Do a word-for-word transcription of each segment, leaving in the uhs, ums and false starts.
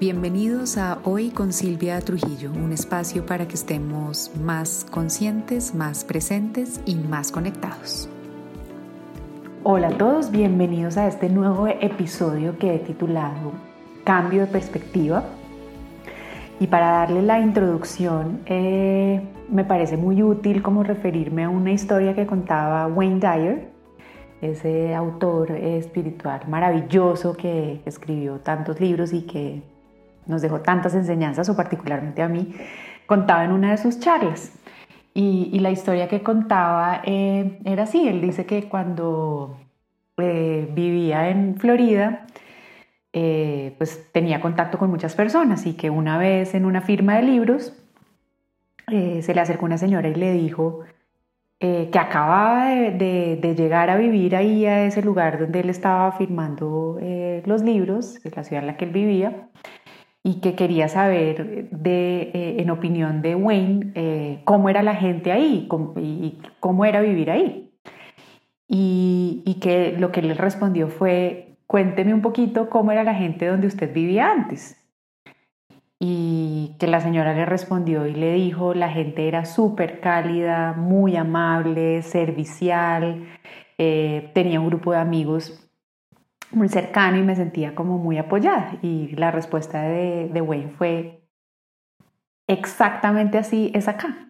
Bienvenidos a Hoy con Silvia Trujillo, un espacio para que estemos más conscientes, más presentes y más conectados. Hola a todos, bienvenidos a este nuevo episodio que he titulado Cambio de Perspectiva. Y para darle la introducción, eh, me parece muy útil como referirme a una historia que contaba Wayne Dyer, ese autor espiritual maravilloso que escribió tantos libros y que nos dejó tantas enseñanzas, o particularmente a mí, contaba en una de sus charlas. Y, y la historia que contaba eh, era así. Él dice que cuando eh, vivía en Florida, eh, pues tenía contacto con muchas personas y que una vez en una firma de libros eh, se le acercó una señora y le dijo eh, que acababa de, de, de llegar a vivir ahí a ese lugar donde él estaba firmando eh, los libros, en la ciudad en la que él vivía, y que quería saber, de, eh, en opinión de Wayne, eh, cómo era la gente ahí cómo, y cómo era vivir ahí. Y, y que lo que él respondió fue: cuénteme un poquito cómo era la gente donde usted vivía antes. Y que la señora le respondió y le dijo: la gente era súper cálida, muy amable, servicial, eh, tenía un grupo de amigos muy cercano y me sentía como muy apoyada. Y la respuesta de, de Wayne fue: exactamente así es acá.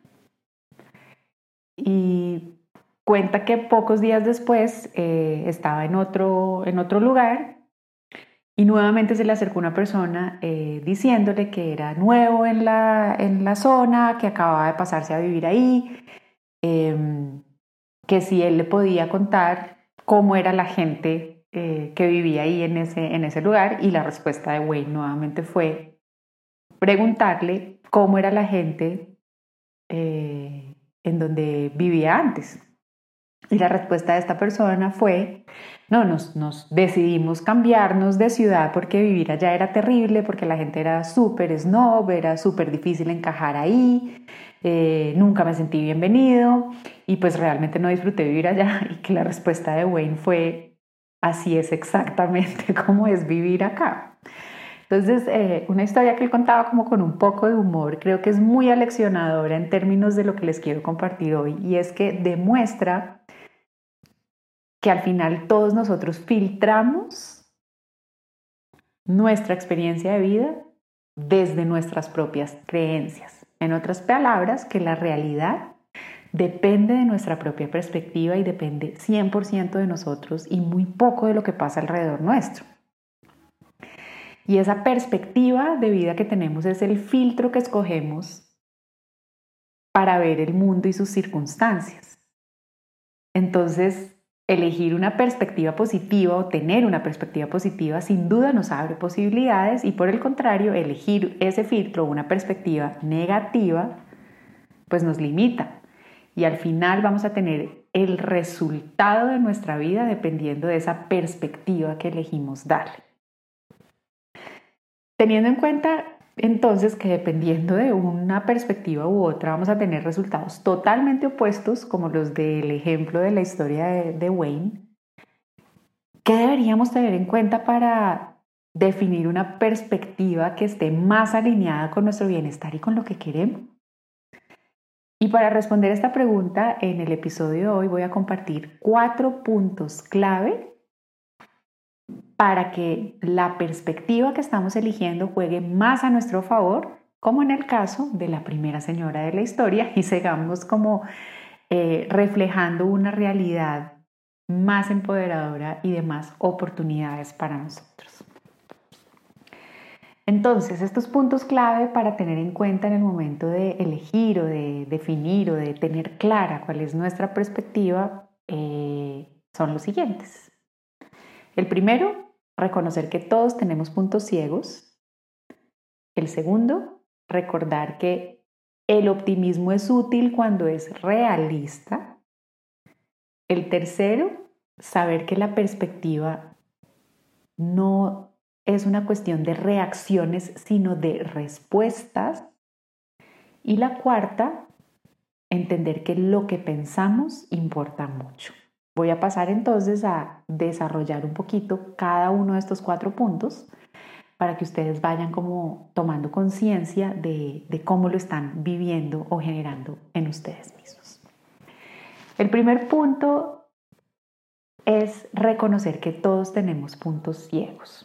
Y cuenta que pocos días después eh, estaba en otro, en otro lugar y nuevamente se le acercó una persona eh, diciéndole que era nuevo en la, en la zona, que acababa de pasarse a vivir ahí, eh, que si él le podía contar cómo era la gente Eh, que vivía ahí en ese, en ese lugar. Y la respuesta de Wayne nuevamente fue preguntarle cómo era la gente eh, en donde vivía antes. Y la respuesta de esta persona fue: no, nos, nos decidimos cambiarnos de ciudad porque vivir allá era terrible, porque la gente era súper snob, era súper difícil encajar ahí, eh, nunca me sentí bienvenido y pues realmente no disfruté vivir allá. Y que la respuesta de Wayne fue: así es exactamente como es vivir acá. Entonces, eh, una historia que él contaba como con un poco de humor, creo que es muy aleccionadora en términos de lo que les quiero compartir hoy, y es que demuestra que al final todos nosotros filtramos nuestra experiencia de vida desde nuestras propias creencias. En otras palabras, que la realidad depende de nuestra propia perspectiva y depende cien por ciento de nosotros y muy poco de lo que pasa alrededor nuestro. Y esa perspectiva de vida que tenemos es el filtro que escogemos para ver el mundo y sus circunstancias. Entonces, elegir una perspectiva positiva o tener una perspectiva positiva sin duda nos abre posibilidades, y por el contrario, elegir ese filtro o una perspectiva negativa pues nos limita. Y al final vamos a tener el resultado de nuestra vida dependiendo de esa perspectiva que elegimos darle. Teniendo en cuenta entonces que dependiendo de una perspectiva u otra vamos a tener resultados totalmente opuestos, como los del ejemplo de la historia de, de Wayne, ¿qué deberíamos tener en cuenta para definir una perspectiva que esté más alineada con nuestro bienestar y con lo que queremos? Y para responder esta pregunta, en el episodio de hoy voy a compartir cuatro puntos clave para que la perspectiva que estamos eligiendo juegue más a nuestro favor, como en el caso de la primera señora de la historia, y sigamos como eh, reflejando una realidad más empoderadora y de más oportunidades para nosotros. Entonces, estos puntos clave para tener en cuenta en el momento de elegir o de definir o de tener clara cuál es nuestra perspectiva eh, son los siguientes. El primero, reconocer que todos tenemos puntos ciegos. El segundo, recordar que el optimismo es útil cuando es realista. El tercero, saber que la perspectiva no es una cuestión de reacciones, sino de respuestas. Y la cuarta, entender que lo que pensamos importa mucho. Voy a pasar entonces a desarrollar un poquito cada uno de estos cuatro puntos para que ustedes vayan como tomando conciencia de, de cómo lo están viviendo o generando en ustedes mismos. El primer punto es reconocer que todos tenemos puntos ciegos.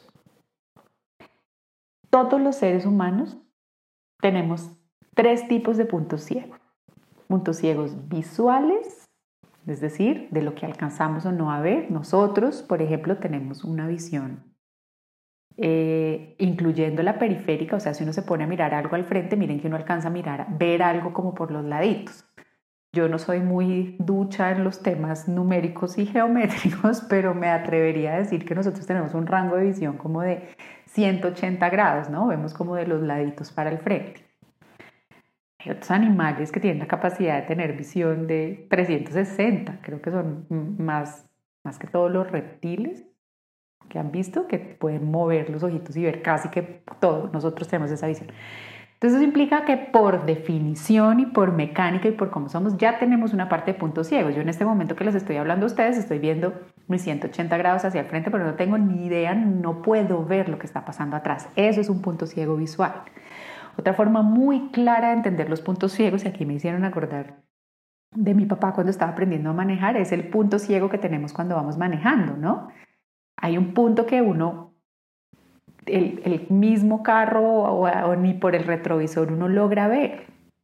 Todos los seres humanos tenemos tres tipos de puntos ciegos. Puntos ciegos visuales, es decir, de lo que alcanzamos o no a ver. Nosotros, por ejemplo, tenemos una visión, eh, incluyendo la periférica, o sea, si uno se pone a mirar algo al frente, miren que uno alcanza a mirar, ver algo como por los laditos. Yo no soy muy ducha en los temas numéricos y geométricos, pero me atrevería a decir que nosotros tenemos un rango de visión como de ciento ochenta grados, ¿no? Vemos como de los laditos para el frente. Hay otros animales que tienen la capacidad de tener visión de trescientos sesenta, creo que son más, más que todos los reptiles que han visto, que pueden mover los ojitos y ver casi que todo. Nosotros tenemos esa visión. Entonces eso implica que por definición y por mecánica y por cómo somos ya tenemos una parte de puntos ciegos. Yo en este momento que les estoy hablando a ustedes estoy viendo mis ciento ochenta grados hacia el frente, pero no tengo ni idea, no puedo ver lo que está pasando atrás. Eso es un punto ciego visual. Otra forma muy clara de entender los puntos ciegos, y aquí me hicieron acordar de mi papá cuando estaba aprendiendo a manejar, es el punto ciego que tenemos cuando vamos manejando, ¿no? Hay un punto que uno, el, el mismo carro o, o ni por el retrovisor uno logra ver.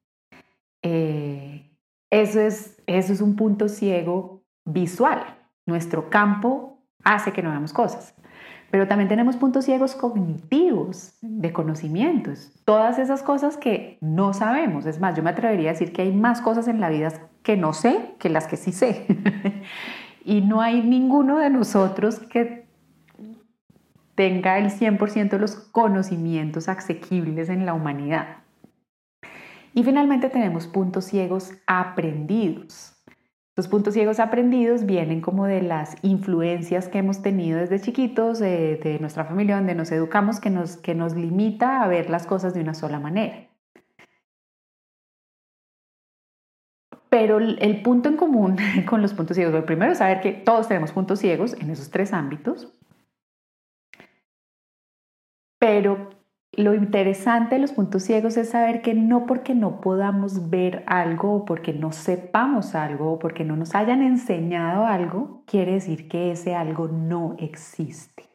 Eh, eso es, eso es un punto ciego visual. Nuestro campo hace que no veamos cosas. Pero también tenemos puntos ciegos cognitivos, de conocimientos. Todas esas cosas que no sabemos. Es más, yo me atrevería a decir que hay más cosas en la vida que no sé que las que sí sé. Y no hay ninguno de nosotros que tenga el cien por ciento de los conocimientos asequibles en la humanidad. Y finalmente tenemos puntos ciegos aprendidos. Los puntos ciegos aprendidos vienen como de las influencias que hemos tenido desde chiquitos, de, de nuestra familia, donde nos educamos, que nos, que nos limita a ver las cosas de una sola manera. Pero el, el punto en común con los puntos ciegos, lo primero es saber que todos tenemos puntos ciegos en esos tres ámbitos. Pero lo interesante de los puntos ciegos es saber que no porque no podamos ver algo o porque no sepamos algo o porque no nos hayan enseñado algo, quiere decir que ese algo no existe.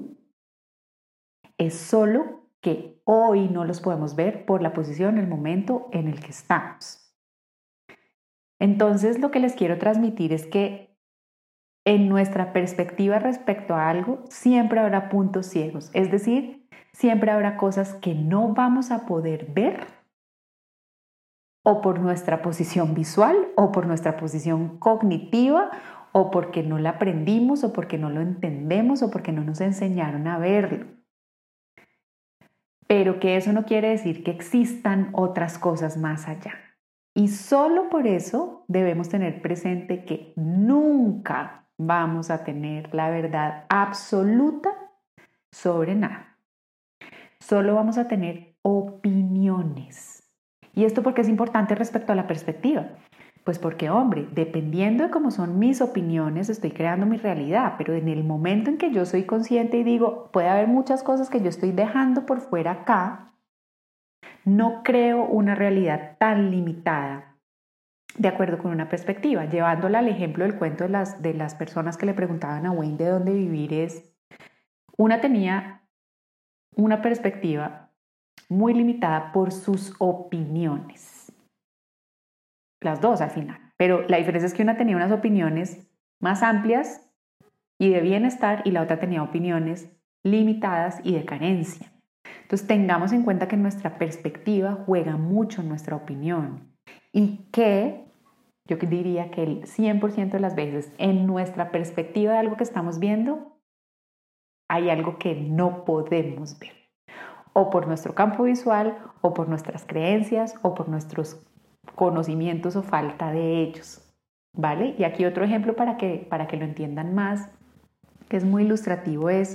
Es solo que hoy no los podemos ver por la posición, el momento en el que estamos. Entonces, lo que les quiero transmitir es que en nuestra perspectiva respecto a algo, siempre habrá puntos ciegos. Es decir, siempre habrá cosas que no vamos a poder ver o por nuestra posición visual o por nuestra posición cognitiva o porque no la aprendimos o porque no lo entendemos o porque no nos enseñaron a verlo. Pero que eso no quiere decir que existan otras cosas más allá. Y solo por eso debemos tener presente que nunca vamos a tener la verdad absoluta sobre nada. Solo vamos a tener opiniones. ¿Y esto por qué es importante respecto a la perspectiva? Pues porque, hombre, dependiendo de cómo son mis opiniones, estoy creando mi realidad, pero en el momento en que yo soy consciente y digo, puede haber muchas cosas que yo estoy dejando por fuera acá, no creo una realidad tan limitada de acuerdo con una perspectiva. Llevándola al ejemplo del cuento de las, de las personas que le preguntaban a Wayne de dónde vivir es, una tenía una perspectiva muy limitada por sus opiniones. Las dos al final. Pero la diferencia es que una tenía unas opiniones más amplias y de bienestar y la otra tenía opiniones limitadas y de carencia. Entonces tengamos en cuenta que nuestra perspectiva juega mucho en nuestra opinión y que yo diría que el cien por ciento de las veces en nuestra perspectiva de algo que estamos viendo hay algo que no podemos ver, o por nuestro campo visual, o por nuestras creencias, o por nuestros conocimientos o falta de ellos, ¿vale? Y aquí otro ejemplo para que, para que lo entiendan más, que es muy ilustrativo, es,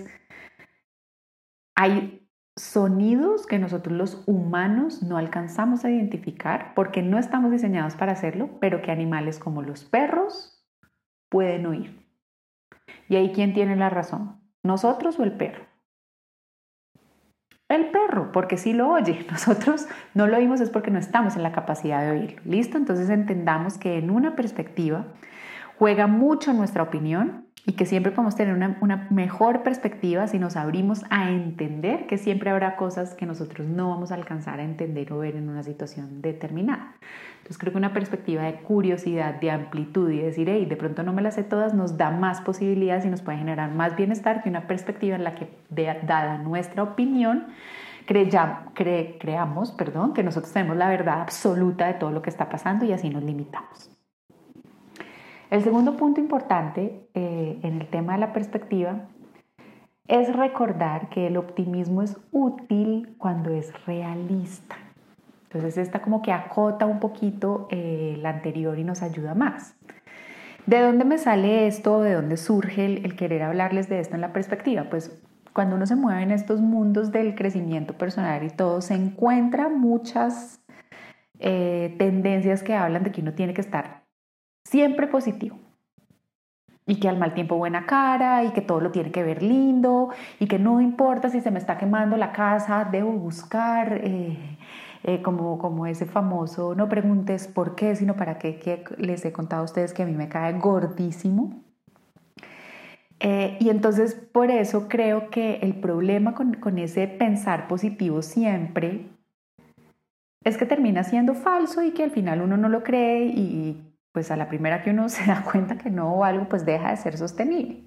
hay sonidos que nosotros los humanos no alcanzamos a identificar porque no estamos diseñados para hacerlo, pero que animales como los perros pueden oír. Y ahí, ¿quién tiene la razón? ¿Nosotros o el perro? el perro, porque sí lo oye. Nosotros no lo oímos es porque no estamos en la capacidad de oírlo. ¿Listo? Entonces entendamos que en una perspectiva juega mucho nuestra opinión y que siempre podemos tener una, una mejor perspectiva si nos abrimos a entender que siempre habrá cosas que nosotros no vamos a alcanzar a entender o ver en una situación determinada. Entonces creo que una perspectiva de curiosidad, de amplitud y decir, hey, de pronto no me las sé todas, nos da más posibilidades y nos puede generar más bienestar que una perspectiva en la que, de, dada nuestra opinión, Creya, cre, creamos perdón, que nosotros tenemos la verdad absoluta de todo lo que está pasando y así nos limitamos. El segundo punto importante eh, en el tema de la perspectiva es recordar que el optimismo es útil cuando es realista. Entonces esta como que acota un poquito eh, la anterior y nos ayuda más. ¿De dónde me sale esto? ¿De dónde surge el, el querer hablarles de esto en la perspectiva? Pues cuando uno se mueve en estos mundos del crecimiento personal y todo, se encuentra muchas eh, tendencias que hablan de que uno tiene que estar siempre positivo y que al mal tiempo buena cara y que todo lo tiene que ver lindo y que no importa si se me está quemando la casa, debo buscar eh, eh, como, como ese famoso no preguntes por qué sino para qué, que les he contado a ustedes que a mí me cae gordísimo. Eh, y entonces por eso creo que el problema con, con ese pensar positivo siempre es que termina siendo falso y que al final uno no lo cree y pues a la primera que uno se da cuenta que no o algo, pues deja de ser sostenible.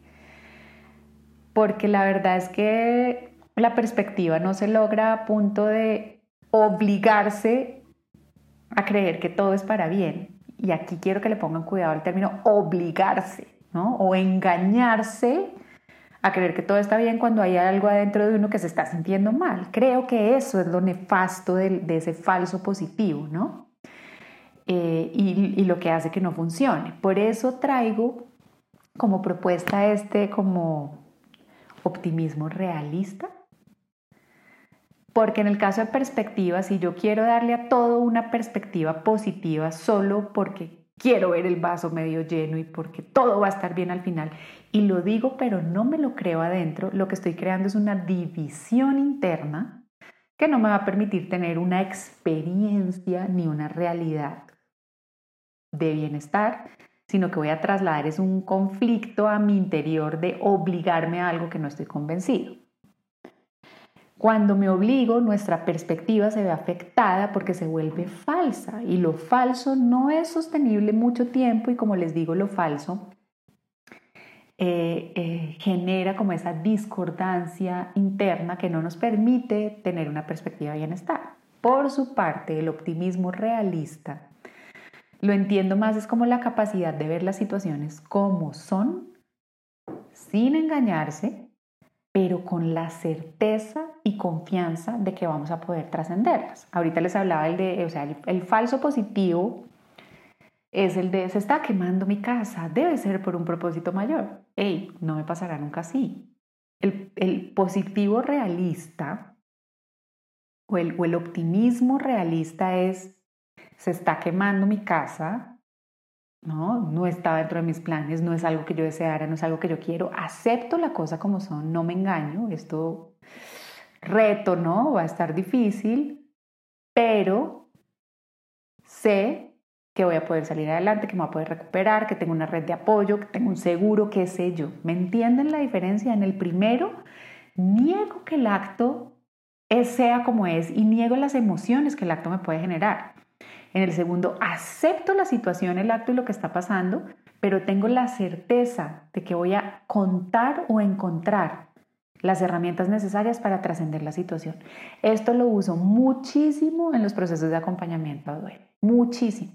Porque la verdad es que la perspectiva no se logra a punto de obligarse a creer que todo es para bien. Y aquí quiero que le pongan cuidado al término obligarse, ¿no? O engañarse a creer que todo está bien cuando hay algo adentro de uno que se está sintiendo mal. Creo que eso es lo nefasto de, de ese falso positivo, ¿no? Eh, y, y lo que hace que no funcione. Por eso traigo como propuesta este como optimismo realista, porque en el caso de perspectiva, si yo quiero darle a todo una perspectiva positiva solo porque quiero ver el vaso medio lleno y porque todo va a estar bien al final, y lo digo pero no me lo creo adentro, lo que estoy creando es una división interna que no me va a permitir tener una experiencia ni una realidad de bienestar, sino que voy a trasladar es un conflicto a mi interior de obligarme a algo que no estoy convencido. Cuando me obligo, nuestra perspectiva se ve afectada porque se vuelve falsa y lo falso no es sostenible mucho tiempo y como les digo, lo falso eh, eh, genera como esa discordancia interna que no nos permite tener una perspectiva de bienestar. Por su parte, el optimismo realista lo entiendo más, es como la capacidad de ver las situaciones como son, sin engañarse, pero con la certeza y confianza de que vamos a poder trascenderlas. Ahorita les hablaba el de, o sea, el, el falso positivo es el de se está quemando mi casa, debe ser por un propósito mayor. Ey, no me pasará nunca así. El, el positivo realista o el, o el optimismo realista es se está quemando mi casa, ¿no? No está dentro de mis planes, no es algo que yo deseara, no es algo que yo quiero, acepto la cosa como son, no me engaño, esto reto, ¿no? Va a estar difícil, pero sé que voy a poder salir adelante, que me voy a poder recuperar, que tengo una red de apoyo, que tengo un seguro, qué sé yo. ¿Me entienden la diferencia? En el primero, niego que el acto es, sea como es y niego las emociones que el acto me puede generar. En el segundo, acepto la situación, el acto y lo que está pasando, pero tengo la certeza de que voy a contar o encontrar las herramientas necesarias para trascender la situación. Esto lo uso muchísimo en los procesos de acompañamiento a duelo, muchísimo.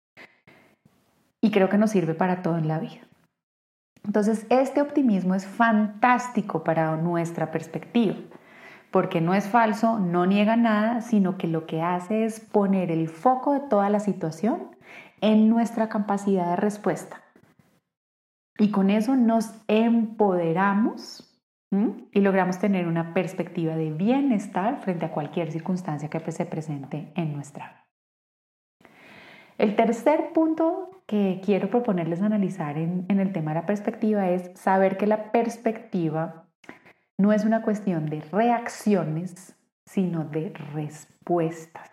Y creo que nos sirve para todo en la vida. Entonces, este optimismo es fantástico para nuestra perspectiva. Porque no es falso, no niega nada, sino que lo que hace es poner el foco de toda la situación en nuestra capacidad de respuesta. Y con eso nos empoderamos ¿sí? Y logramos tener una perspectiva de bienestar frente a cualquier circunstancia que se presente en nuestra vida. El tercer punto que quiero proponerles analizar en, en el tema de la perspectiva es saber que la perspectiva no es una cuestión de reacciones, sino de respuestas.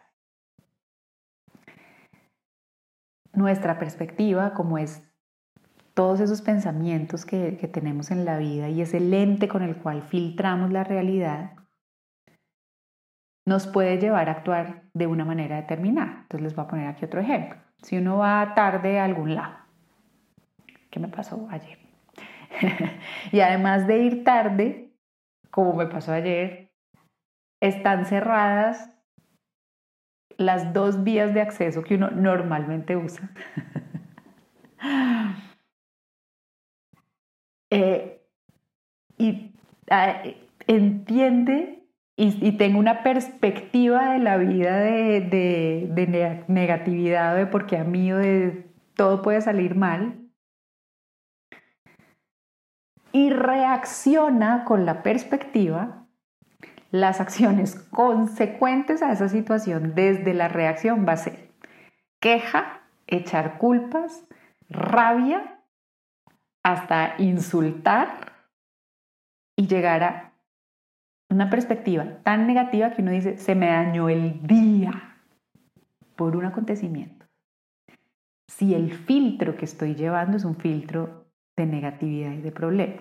Nuestra perspectiva, como es todos esos pensamientos que, que tenemos en la vida y ese lente con el cual filtramos la realidad, nos puede llevar a actuar de una manera determinada. Entonces les voy a poner aquí otro ejemplo. Si uno va tarde a algún lado, ¿qué me pasó ayer? Y además de ir tarde, como me pasó ayer, están cerradas las dos vías de acceso que uno normalmente usa. eh, y eh, entiende y, y tengo una perspectiva de la vida de, de, de negatividad, de porque a mí de todo puede salir mal, y reacciona con la perspectiva. Las acciones consecuentes a esa situación desde la reacción va a ser queja, echar culpas, rabia, hasta insultar y llegar a una perspectiva tan negativa que uno dice, se me dañó el día por un acontecimiento. Si el filtro que estoy llevando es un filtro de negatividad y de problema.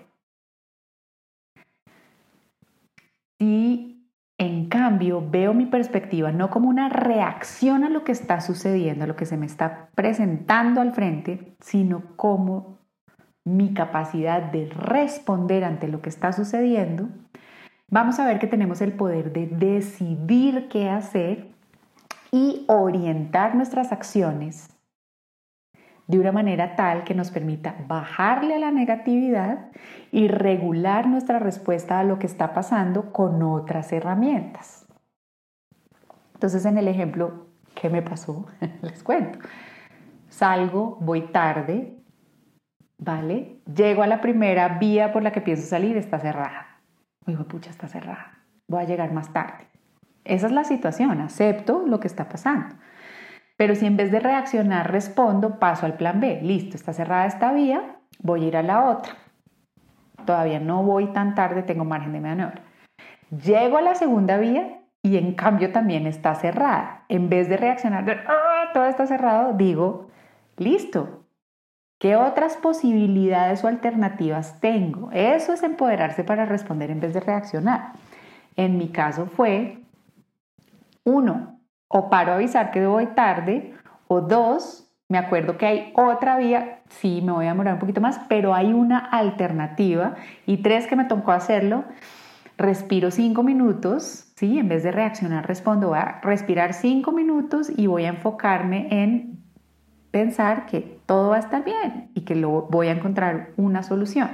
Si en cambio veo mi perspectiva no como una reacción a lo que está sucediendo, a lo que se me está presentando al frente, sino como mi capacidad de responder ante lo que está sucediendo, vamos a ver que tenemos el poder de decidir qué hacer y orientar nuestras acciones de una manera tal que nos permita bajarle a la negatividad y regular nuestra respuesta a lo que está pasando con otras herramientas. Entonces, en el ejemplo, ¿qué me pasó? Les cuento. Salgo, voy tarde, ¿vale? Llego a la primera vía por la que pienso salir, está cerrada. Digo, pucha, está cerrada. Voy a llegar más tarde. Esa es la situación, acepto lo que está pasando. Pero si en vez de reaccionar respondo, paso al plan B. Listo, está cerrada esta vía, voy a ir a la otra. Todavía no voy tan tarde, tengo margen de maniobra. Llego a la segunda vía y en cambio también está cerrada. En vez de reaccionar de ¡ah, todo está cerrado!, digo, listo, ¿qué otras posibilidades o alternativas tengo? Eso es empoderarse para responder en vez de reaccionar. En mi caso fue, uno, o paro a avisar que voy tarde, o dos, me acuerdo que hay otra vía, sí, me voy a demorar un poquito más, pero hay una alternativa, y tres, que me tocó hacerlo, respiro cinco minutos, ¿sí? En vez de reaccionar, respondo, voy a respirar cinco minutos y voy a enfocarme en pensar que todo va a estar bien y que lo, voy a encontrar una solución.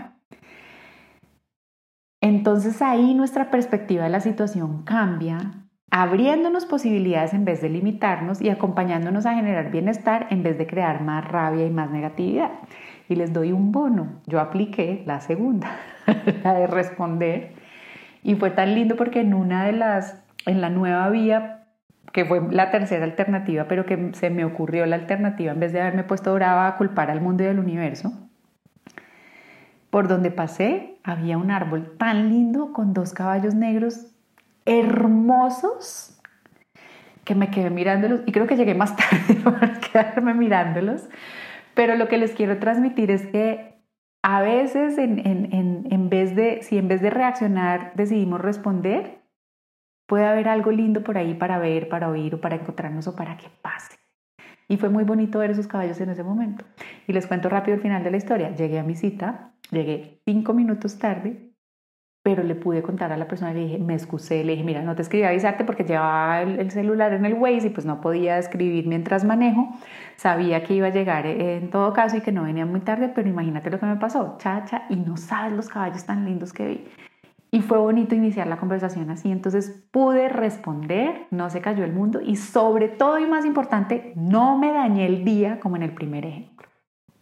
Entonces ahí nuestra perspectiva de la situación cambia, abriéndonos posibilidades en vez de limitarnos y acompañándonos a generar bienestar en vez de crear más rabia y más negatividad. Y les doy un bono. Yo apliqué la segunda, la de responder, y fue tan lindo porque en una de las, en la nueva vía, que fue la tercera alternativa, pero que se me ocurrió la alternativa en vez de haberme puesto brava a culpar al mundo y al universo, por donde pasé había un árbol tan lindo con dos caballos negros hermosos que me quedé mirándolos y creo que llegué más tarde para quedarme mirándolos, pero lo que les quiero transmitir es que a veces en, en, en, en vez de, si en vez de reaccionar decidimos responder, puede haber algo lindo por ahí para ver, para oír o para encontrarnos o para que pase. Y fue muy bonito ver esos caballos en ese momento. Y les cuento rápido el final de la historia. Llegué a mi cita, llegué cinco minutos tarde, pero le pude contar a la persona, le dije, me excusé, le dije, mira, no te escribí a avisarte porque llevaba el, el celular en el Waze y pues no podía escribir mientras manejo. Sabía que iba a llegar en todo caso y que no venía muy tarde, pero imagínate lo que me pasó, chacha, y no sabes los caballos tan lindos que vi. Y fue bonito iniciar la conversación así, entonces pude responder, no se cayó el mundo y sobre todo y más importante, no me dañé el día como en el primer ejemplo.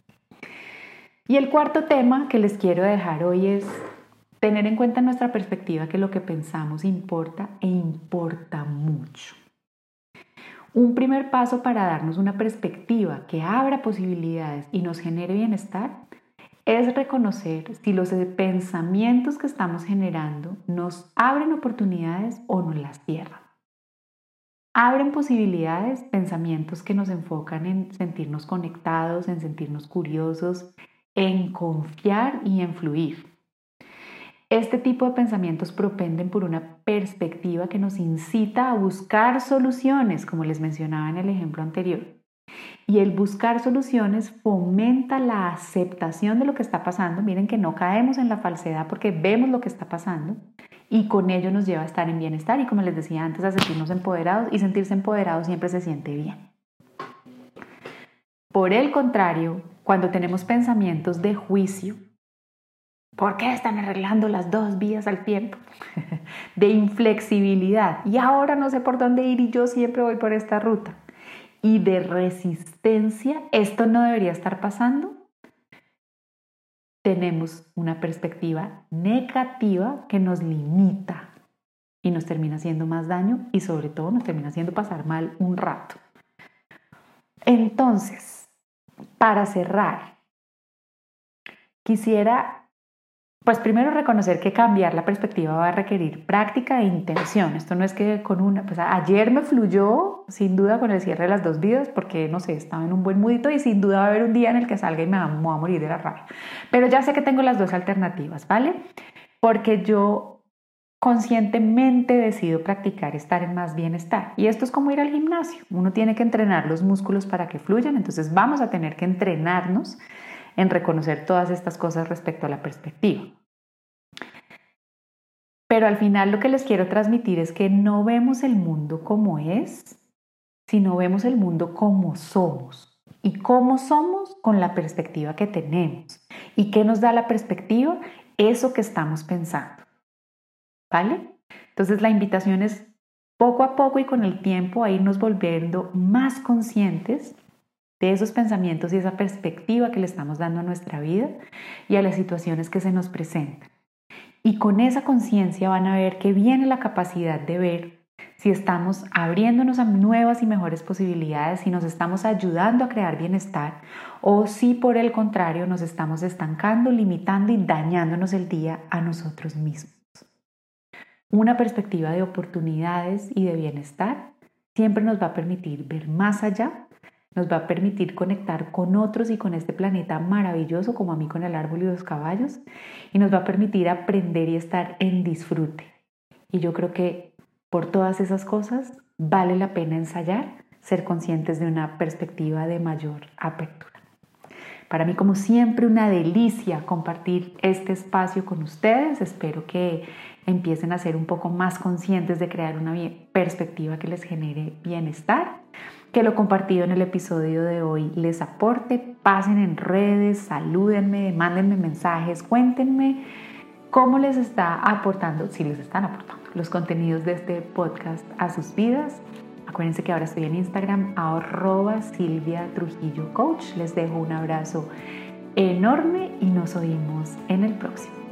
Y el cuarto tema que les quiero dejar hoy es tener en cuenta nuestra perspectiva que lo que pensamos importa e importa mucho. Un primer paso para darnos una perspectiva que abra posibilidades y nos genere bienestar es reconocer si los pensamientos que estamos generando nos abren oportunidades o nos las cierran. Abren posibilidades, pensamientos que nos enfocan en sentirnos conectados, en sentirnos curiosos, en confiar y en fluir. Este tipo de pensamientos propenden por una perspectiva que nos incita a buscar soluciones, como les mencionaba en el ejemplo anterior. Y el buscar soluciones fomenta la aceptación de lo que está pasando. Miren que no caemos en la falsedad porque vemos lo que está pasando y con ello nos lleva a estar en bienestar y, como les decía antes, a sentirnos empoderados, y sentirse empoderados siempre se siente bien. Por el contrario, cuando tenemos pensamientos de juicio, ¿por qué están arreglando las dos vías al tiempo? De inflexibilidad, y ahora no sé por dónde ir y yo siempre voy por esta ruta. Y de resistencia, esto no debería estar pasando. Tenemos una perspectiva negativa que nos limita y nos termina haciendo más daño y sobre todo nos termina haciendo pasar mal un rato. Entonces, para cerrar, quisiera pues primero reconocer que cambiar la perspectiva va a requerir práctica e intención. Esto no es que con una, pues ayer me fluyó sin duda con el cierre de las dos vidas porque no sé, estaba en un buen moodito y sin duda va a haber un día en el que salga y me voy a morir de la rabia. Pero ya sé que tengo las dos alternativas, ¿vale? Porque yo conscientemente decido practicar estar en más bienestar. Y esto es como ir al gimnasio. Uno tiene que entrenar los músculos para que fluyan, entonces vamos a tener que entrenarnos en reconocer todas estas cosas respecto a la perspectiva. Pero al final lo que les quiero transmitir es que no vemos el mundo como es, sino vemos el mundo como somos. ¿Y cómo somos? Con la perspectiva que tenemos. ¿Y qué nos da la perspectiva? Eso que estamos pensando. ¿Vale? Entonces la invitación es poco a poco y con el tiempo a irnos volviendo más conscientes de esos pensamientos y esa perspectiva que le estamos dando a nuestra vida y a las situaciones que se nos presentan. Y con esa conciencia van a ver que viene la capacidad de ver si estamos abriéndonos a nuevas y mejores posibilidades, si nos estamos ayudando a crear bienestar o si por el contrario nos estamos estancando, limitando y dañándonos el día a nosotros mismos. Una perspectiva de oportunidades y de bienestar siempre nos va a permitir ver más allá, nos va a permitir conectar con otros y con este planeta maravilloso, como a mí con el árbol y los caballos, y nos va a permitir aprender y estar en disfrute. Y yo creo que por todas esas cosas vale la pena ensayar, ser conscientes de una perspectiva de mayor apertura. Para mí, como siempre, una delicia compartir este espacio con ustedes. Espero que empiecen a ser un poco más conscientes de crear una perspectiva que les genere bienestar. Que lo compartido en el episodio de hoy les aporte. Pasen en redes, salúdenme, mándenme mensajes, cuéntenme cómo les está aportando, si les están aportando los contenidos de este podcast a sus vidas. Acuérdense que ahora estoy en Instagram, arroba Silvia Trujillo Coach. Les dejo un abrazo enorme y nos oímos en el próximo.